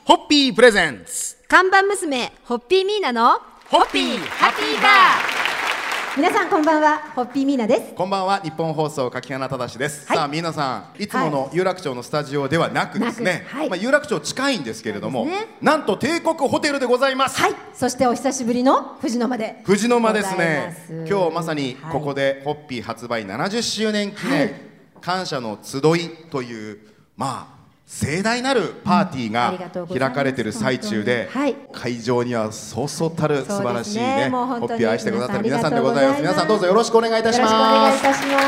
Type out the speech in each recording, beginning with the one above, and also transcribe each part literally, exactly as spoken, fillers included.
ホッピープレゼンツ看板娘ホッピーミーナのホッピーハッピーバー。 皆さんこんばんは、ホッピーミーナです。 こんばんは、日本放送柿花忠です、 はい、 さあ皆さん、いつもの有楽町のスタジオではなくですね、 はい、 まあ、有楽町近いんですけれども、 ね、 なんと帝国ホテルでございます。 はい、そしてお久しぶりの藤の間で藤の間ですね。今日まさにここでホッピー発売ななじゅっしゅうねん記念、はい、感謝の集いというまあ盛大なるパーティーが開かれている最中で、はい、会場にはそうそうたる素晴らしいね、ホッピーを愛してくださる皆さんでございます。皆さんどうぞよろしくお願いいたします。よろしくお願いいたします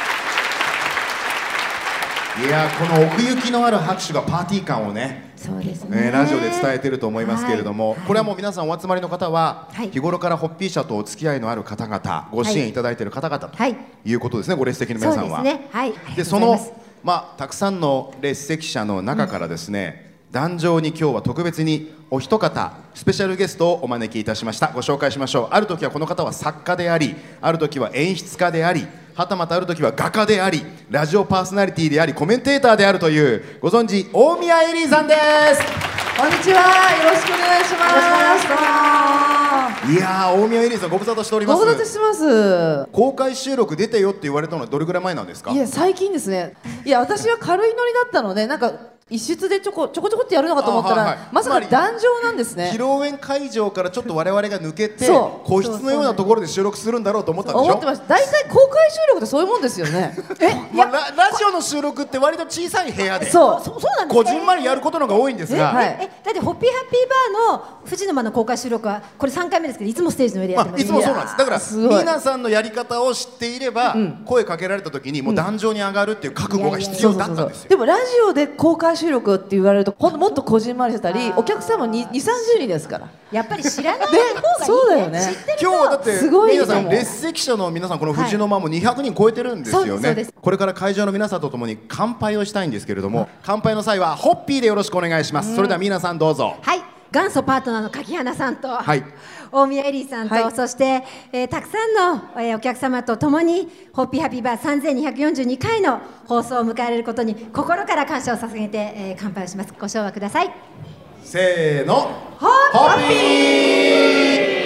。いや、この奥行きのある拍手がパーティー感をね、 そうですね、 えー、ラジオで伝えていると思いますけれども、はい、これはもう皆さんお集まりの方は、はい、日頃からホッピー社とお付き合いのある方々、ご支援いただいている方々ということですね、ご列席の皆さんは。 そうですね、はい、 でそのまあ、たくさんの列席者の中からですね、うん、壇上に今日は特別にお一方スペシャルゲストをお招きいたしました。ご紹介しましょう。ある時はこの方は作家であり、ある時は演出家であり、はたまたある時は画家であり、ラジオパーソナリティであり、コメンテーターであるというご存知大宮エリーさんです。 こんにちは、よろしくお願いします。 いやー、大宮エリーさんご無沙汰しております。 ご無沙汰してます。 公開収録出てよって言われたのはどれぐらい前なんですか？ いや、最近ですね。いや、私は軽いノリだったので、なんか一室でちょこちょこちょこってやるのかと思ったら、はいはい、まさか壇上なんですね。披露宴会場からちょっと我々が抜けて個室のようなところで収録するんだろうと思ったんでしょ？ 思ってました。大体公開収録ってそういうもんですよね。 え、まあ、ラ, ラジオの収録って割と小さい部屋でそうそうなんです、 こじんまりやることのが多いんですが、 え、はい、えだってホッピーハッピーバーの藤の間の公開収録はこれさんかいめですけど、いつもステージの上でやってます。 まあ、いつもそうなんです。だから皆さんのやり方を知っていれば、うん、声かけられた時にもう壇上に上がるっていう覚悟が必要だったんですよ。 でもラジオで公開収録って言われるとほんともっとこじんまりしてたり、お客様にに、さんじゅうにんですから、 やっぱり知らない方がいいね。 そうだよね。 今日はだって皆さん列席者の皆さん、この藤の間もにひゃくにん超えてるんですよね、はい、これから会場の皆さんとともに乾杯をしたいんですけれども、はい、乾杯の際はホッピーでよろしくお願いします、うん、それでは皆さんどうぞ。 はい、元祖パートナーの柿花さんと、はい、大宮エリーさんと、はい、そして、えー、たくさんの、えー、お客様とともにホッピーハッピーバーさんぜんにひゃくよんじゅうにかいの放送を迎えられることに心から感謝を捧げて、えー、乾杯をします。ご唱和ください。 せーの、 ホッピー。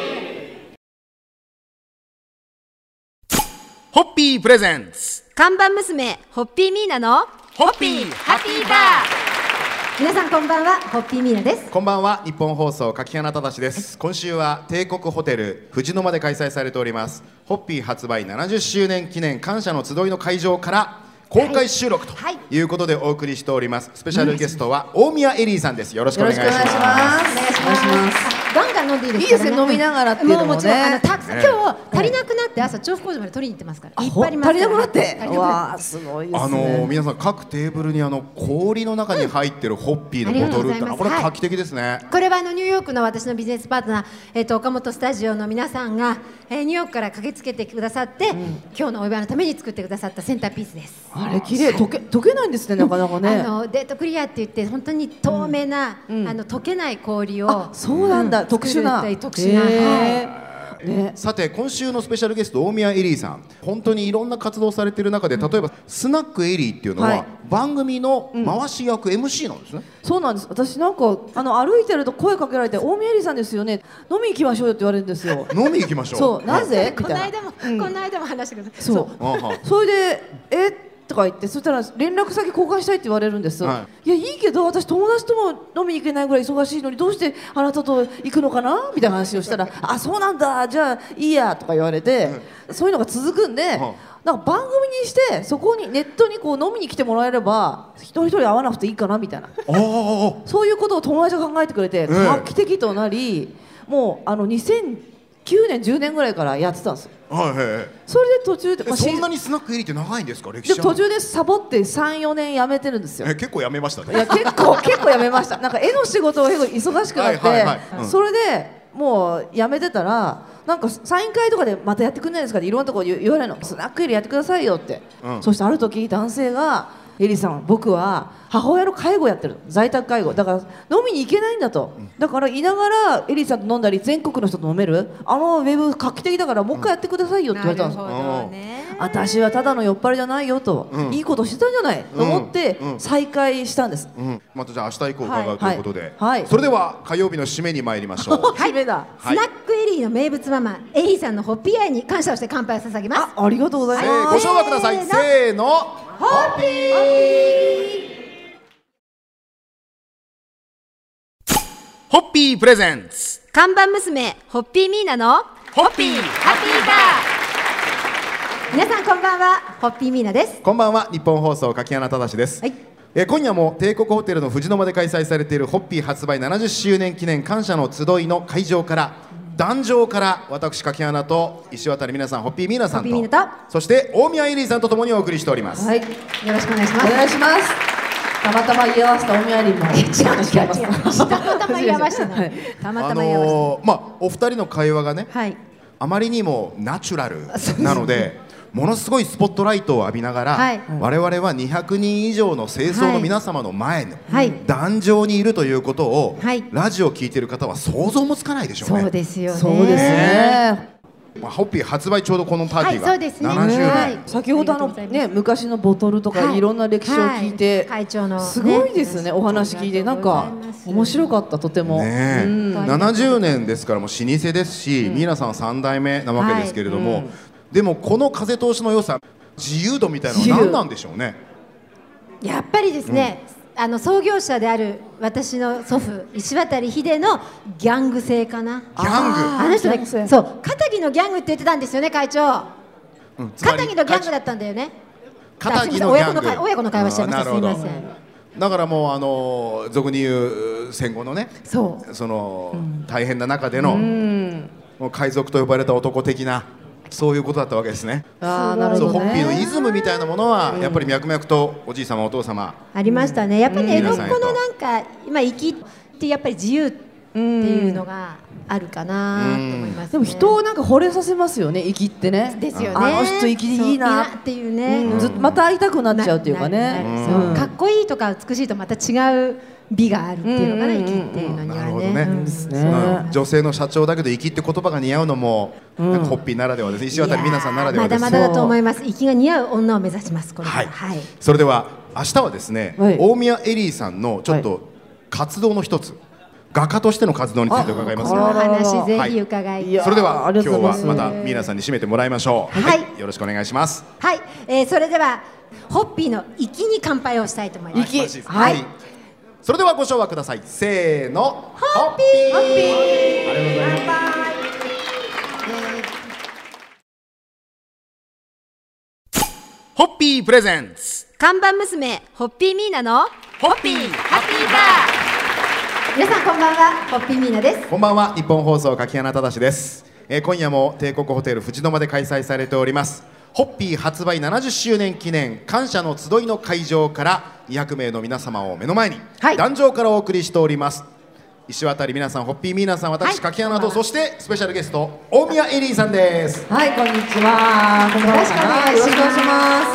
ホッピープレゼンツ看板娘ホッピーミーナのホッピーハッピーバー。 皆さんこんばんは、ホッピーミーナです。 こんばんは、日本放送柿花忠です。今週は帝国ホテル藤の間で開催されておりますホッピー発売ななじゅっしゅうねん記念感謝の集いの会場から公開収録ということでお送りしております。スペシャルゲストは大宮エリーさんです。よろしくお願いします。 お願いします。 ガンガン飲んでいいですか？ いいですね、飲みながらっていうのもね。 もちろんあのたくさん、今日足りなくなって朝調布工場まで取りに行ってますから。いっぱいあります。 足りなくなって。わあ、すごいですね。 あの皆さん各テーブルにあの氷の中に入ってるホッピーのボトルってのはこれ画期的ですね。 これはあのニューヨークの私のビジネスパートナー、えっと岡本スタジオの皆さんが、えー、ニューヨークから駆けつけてくださって、うん、今日のお祝いのために作ってくださったセンターピースです。 あれ綺麗、溶け溶けないんですね、なかなかね。 あのデートクリアって言って本当に透明な、うん、あの溶けない氷を。 あ、そうなんだ、うん、特殊な。 特殊な、はいね、さて今週のスペシャルゲスト大宮エリーさん、本当にいろんな活動をされている中で、例えばスナックエリーっていうのは、はい、番組の回し役、うん、エムシー なんですね。 そうなんです。私なんかあの歩いてると声かけられて、大宮エリーさんですよね、飲み行きましょうよって言われるんですよ。 飲み行きましょう。 そう、なぜみたいな。 この間も、うん、この間も話してください。 そうそれでえっとか言って、そしたら連絡先交換したいって言われるんです、はい、いやいいけど私友達とも飲みに行けないぐらい忙しいのにどうしてあなたと行くのかなみたいな話をしたらあ、そうなんだ、じゃあいいやとか言われて、うん、そういうのが続くんで、うん、なんか番組にしてそこにネットにこう飲みに来てもらえれば一人一人会わなくていいかなみたいなそういうことを友達が考えてくれて画期的となり、うん、もうあのにせんきゅうねんじゅうねんぐらいからやってたんですよ。 はいはいはい、 それで途中で、 まあ、そんなにスナックエリーって長いんですか？歴史は。 で途中でサボってさん、よねん辞めてるんですよ。 え、結構辞めましたね。 いや結構結構辞めました。なんか絵の仕事が結構忙しくなって、それでもう辞めてたら、なんかサイン会とかでまたやってくんないですかっていろんなところ言われるの。スナックエリーやってくださいよって、うん、そしてある時男性がエリーさん、僕は母親の介護やってる、在宅介護だから飲みに行けないんだと、だからいながらエリーさんと飲んだり全国の人と飲めるあのウェブ画期的だからもう一回やってくださいよって言われたんですよ、ね、私はただの酔っ払いじゃないよと、うん、いいことしてたんじゃないと思って再開したんです、 うんうん、またじゃあ明日以降伺うということで、 はいはい、 それでは火曜日の締めに参りましょう締めだ、 はい、スナックエリーの名物ママエリーさんのホッピー愛に感謝をして乾杯を捧げます。 あ, ありがとうございます、 えー、ご唱和ください。せーの、ホッピーホッピープレゼンツ看板娘ホッピーミーナのホッピーハッピーバー。皆さんこんばんは、ホッピーミーナです。 こんばんは、日本放送柿原忠です、はい、えー、今夜も帝国ホテルの藤の間で開催されているホッピー発売ななじゅっしゅうねん記念感謝の集いの会場から壇上から私柿原と石渡美奈さん、ホッピーミーナさん と, とそして大宮エリーさんとともにお送りしております、 はい、よろしくお願いします。 お願いします。たまたま居合わせた大宮エリーも違う違う違うたまたま居合わせた、はい、たまたま居合わせた、あのー、 まあお二人の会話がね、 はい、 あまりにもナチュラルなのでものすごいスポットライトを浴びながら、はい、我々はにひゃくにん以上の清掃の皆様の前の壇上にいるということを、はい、ラジオを聞いている方は想像もつかないでしょうね。 そうですよね。 そうですね。 まあ、ホッピー発売ちょうどこのパーティーが、 はい、そうですね、 ななじゅうねん、はい、 先ほどあの、ね、昔のボトルとか、はい、いろんな歴史を聞いて、 はい、会長の、ね、 すごいですね、お話聞いてなんか面白かった、とても、 ね、うん、ななじゅうねんですからもう老舗ですし、うん、ミーナさんはさん代目なわけですけれども、はい、うん、でもこの風通しの良さ、自由度みたいなのは何なんでしょうね。 やっぱりですね、うん、あの創業者である私の祖父石渡秀のギャング性かな。 ギャング、 あの人ね、そう片木のギャングって言ってたんですよね、会長、うん、片木のギャングだったんだよね。 片木のギャング、 親子の会話しちゃいました、すみません。 だからもうあの俗に言う戦後のね、 そうその、うん、大変な中での、うん、もう海賊と呼ばれた男的なそういうことだったわけですね。 あ、なるほどね。 そう、ホッピーのイズムみたいなものはやっぱり脈々とおじい様お父様ありましたね。やっぱり江戸っ子のなんか今生きってやっぱり自由っていうのがあるかなと思いますね。 でも人をなんか惚れさせますよね、生きってね。 ですよね。 あの人生きいいなっていうね、 うん、ずっとまた会いたくなっちゃうっていうかね、 うん、かっこいいとか美しいとまた違う美があるっていうのかな、生きっていうのにはね。 女性の社長だけど生きって言葉が似合うのも、うん、なんかホッピーならではです。石渡美奈さんならではです。 まだまだだと思います。生きが似合う女を目指します。これは、 はいはい、それでは明日はですね、はい、大宮エリーさんのちょっと活動の一つ、画家としての活動について伺います。 この話ぜひ伺い、 はい、それでは今日はまたミーナさんに締めてもらいましょう。 はい、 はい、よろしくお願いします。 はい、えー、それではホッピーの粋に乾杯をしたいと思います。 粋、はい、はい、それではご唱和ください。せーの、ホッピー。 ホッピー。ありがとうございます。ホッピープレゼンツ看板娘ホッピーミーナのホッピーハッピーバー。皆さんこんばんは、ホッピーミーナです。 こんばんは、日本放送柿原忠です、えー、今夜も帝国ホテル藤の間で開催されておりますホッピー発売ななじゅっしゅうねん記念感謝の集いの会場からにひゃくめいの皆様を目の前に、はい、壇上からお送りしております。石渡美奈さん、ホッピーミーナさん、私、はい、柿原と、そしてスペシャルゲスト大宮エリーさんです。 はい、こんにちは。こんばんは。よろしくお願いします。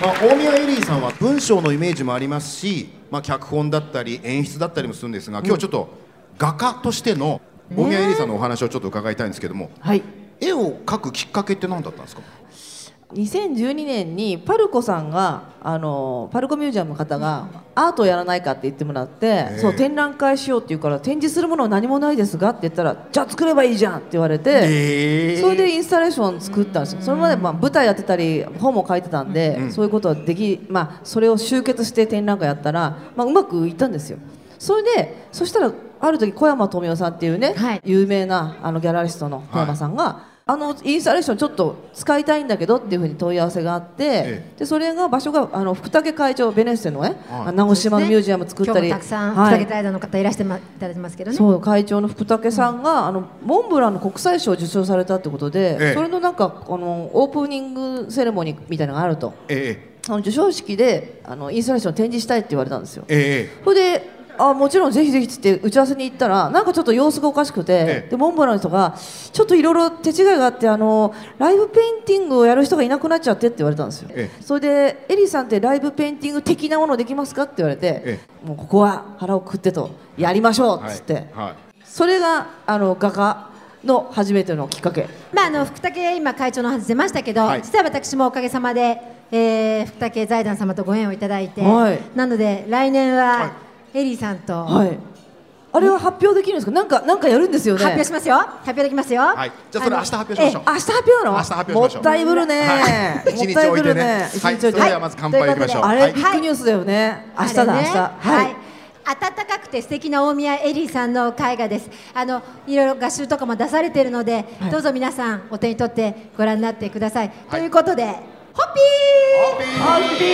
まあ、大宮エリーさんは文章のイメージもありますし、まあ、脚本だったり演出だったりもするんですが、今日はちょっと画家としての大宮エリーさんのお話をちょっと伺いたいんですけども、はい、絵を描くきっかけって何だったんですか？ にせんじゅうにねんにパルコさんがあのパルコミュージアムの方がアートをやらないかって言ってもらって、そう展覧会しようって言うから、展示するものは何もないですがって言ったら、じゃあ作ればいいじゃんって言われて、それでインスタレーション作ったんですよ。それまでまあ舞台やってたり本も書いてたんで、うん、そういうことはでき、まあ、それを集結して展覧会やったら、まあ、うまくいったんですよ。それでそしたらある時小山富夫さんっていうね、はい、有名なあのギャラリストの小山さんが、はい、あのインスタレーションちょっと使いたいんだけどっていうふうに問い合わせがあって、ええ、でそれが場所があの福武会長ベネッセのね、はい、直島のミュージアム作ったり、 ね、今日もたくさん、はい、福武財団の方いらしていただいてますけどね。 そう会長の福武さんが、うん、あのモンブランの国際賞を受賞されたってことで、ええ、それのなんかあのオープニングセレモニーみたいなのがあると、ええ、あの授賞式であのインスタレーションを展示したいって言われたんですよ。ええ、それでああもちろんぜひぜひっつって打ち合わせに行ったらなんかちょっと様子がおかしくて、ええ、でモンブランの人がちょっといろいろ手違いがあってあのライブペインティングをやる人がいなくなっちゃってって言われたんですよ、ええ、それでエリーさんってライブペインティング的なものできますかって言われて、ええ、もうここは腹をくくってとやりましょうっつって、はいはい、それがあの画家の初めてのきっかけ。 まああの福武今会長の話出ましたけど、はい、実は私もおかげさまで、えー、福武財団様とご縁をいただいて、はい、なので来年はエリーさんと、はい、 あれは発表できるんですか。なんかなんかやるんですよね。 発表しますよ。発表できますよ。 はい。じゃあそれ明日発表しましょう。 明日発表なの？ 明日発表しましょう。 もったいぶるね。 一日置いてね。はい。それではまず乾杯いきましょう。 あれビッグニュースだよね。明日だ明日。はい。 温かくて素敵な大宮エリーさんの絵画です。あのいろいろ画集とかも出されているので、はい、どうぞ皆さんお手に取ってご覧になってください。はい、ということで、ホッピーホッピ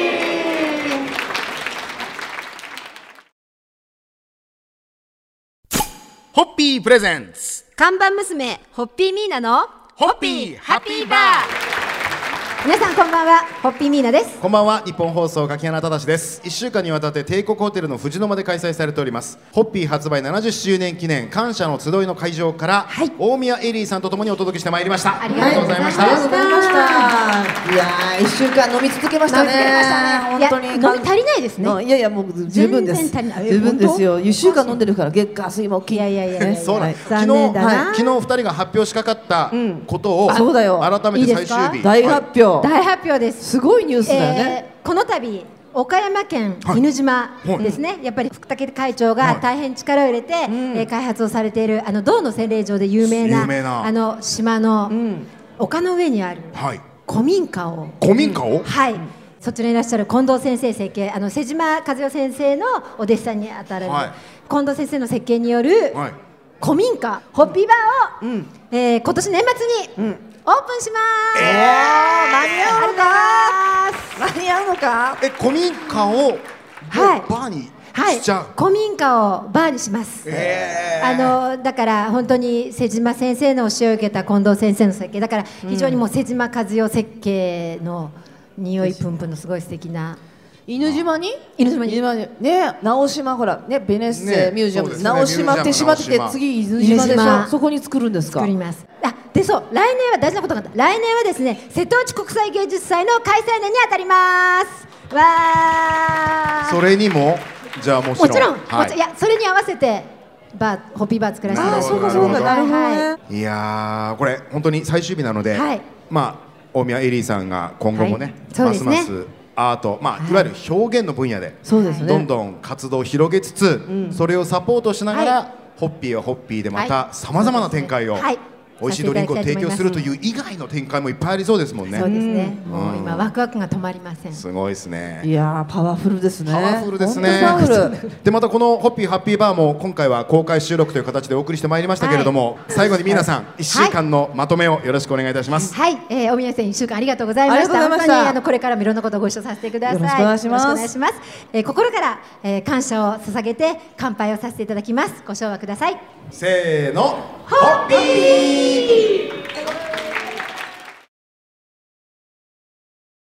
ーホッピープレゼンツ看板娘ホッピーミーナのホッピーハッピーバー。 皆さんこんばんは、ホッピーミーナです。 こんばんは、日本放送柿花忠です。いっしゅうかんにわたって帝国ホテルの藤の間で開催されておりますホッピー発売ななじゅっしゅうねん記念感謝の集いの会場から、はい、大宮エリーさんとともにお届けしてまいりました。 ありがとうございました。 ありがとうございました。いやーいっしゅうかん飲み続けましたね。 本当に飲み足りないですね。 いやいやもう十分です。十分ですよ。いっしゅうかん飲んでるから月火水木金。 いやいやいやそうなんです。昨日昨日ふたりが発表しかかったことを改めて最終日大発表大発表です。 すごいニュースだよね、 えー、この度岡山県犬島ですね、はい、やっぱり福武会長が大変力を入れて、はい、えー、開発をされているあの銅の洗礼場で有名な、有名なあの島の丘の上にある古民家を、 古民家を、 はい、そちらにいらっしゃる近藤先生設計、あの瀬島和代先生のお弟子さんにあたる、はい、近藤先生の設計による古民家、ホッピーバーを、うん、えー、今年年末に、うん、オープンします。 えー、間に合うのか。間に合うのか。 え、古民家をバーにしちゃう。はい、 古民家をバーにします。えー、あのだから本当に瀬島先生の教えを受けた近藤先生の設計だから非常にもう瀬島和代設計の匂いプンプンのすごい素敵な。 犬島に犬島にね、直島ほらね、ベネッセミュージアム、ね、直島って島って次犬島でしょ。そこに作るんですか。 作ります。あ、でそう来年は大事なことがあった。来年はですね瀬戸内国際芸術祭の開催年にあたります。わー。 それにもじゃあもちろんもちろん、はい、いやそれに合わせてバーホッピーバー作らせていただきます。 そうかそうか、なるほどね。 いやーこれ本当に最終日なので、はい、まあ大宮エリーさんが今後もね、はい、ますますアート、まあ、いわゆる表現の分野でどんどん活動を広げつつ、うん、それをサポートしながら、はい、ホッピーはホッピーでまたさまざまな展開を、はい、美味しいドリンクを提供するという以外の展開もいっぱいありそうですもんね。 そうですね。もう今ワクワクが止まりません。 すごいですね。 いやーパワフルですね。 パワフルですね。でまたこのホッピーハッピーバーも今回は公開収録という形でお送りしてまいりましたけれども、はい、最後に皆さんいっしゅうかんのまとめをよろしくお願いいたします。 はい、えー、大宮さんいっしゅうかんありがとうございました。本当にあのこれからもいろんなことをご一緒させてください。よろしくお願いします。よろしくお願いします。えー、心から、えー、感謝を捧げて乾杯をさせていただきます。ご唱和ください。 せーの、ホッピー。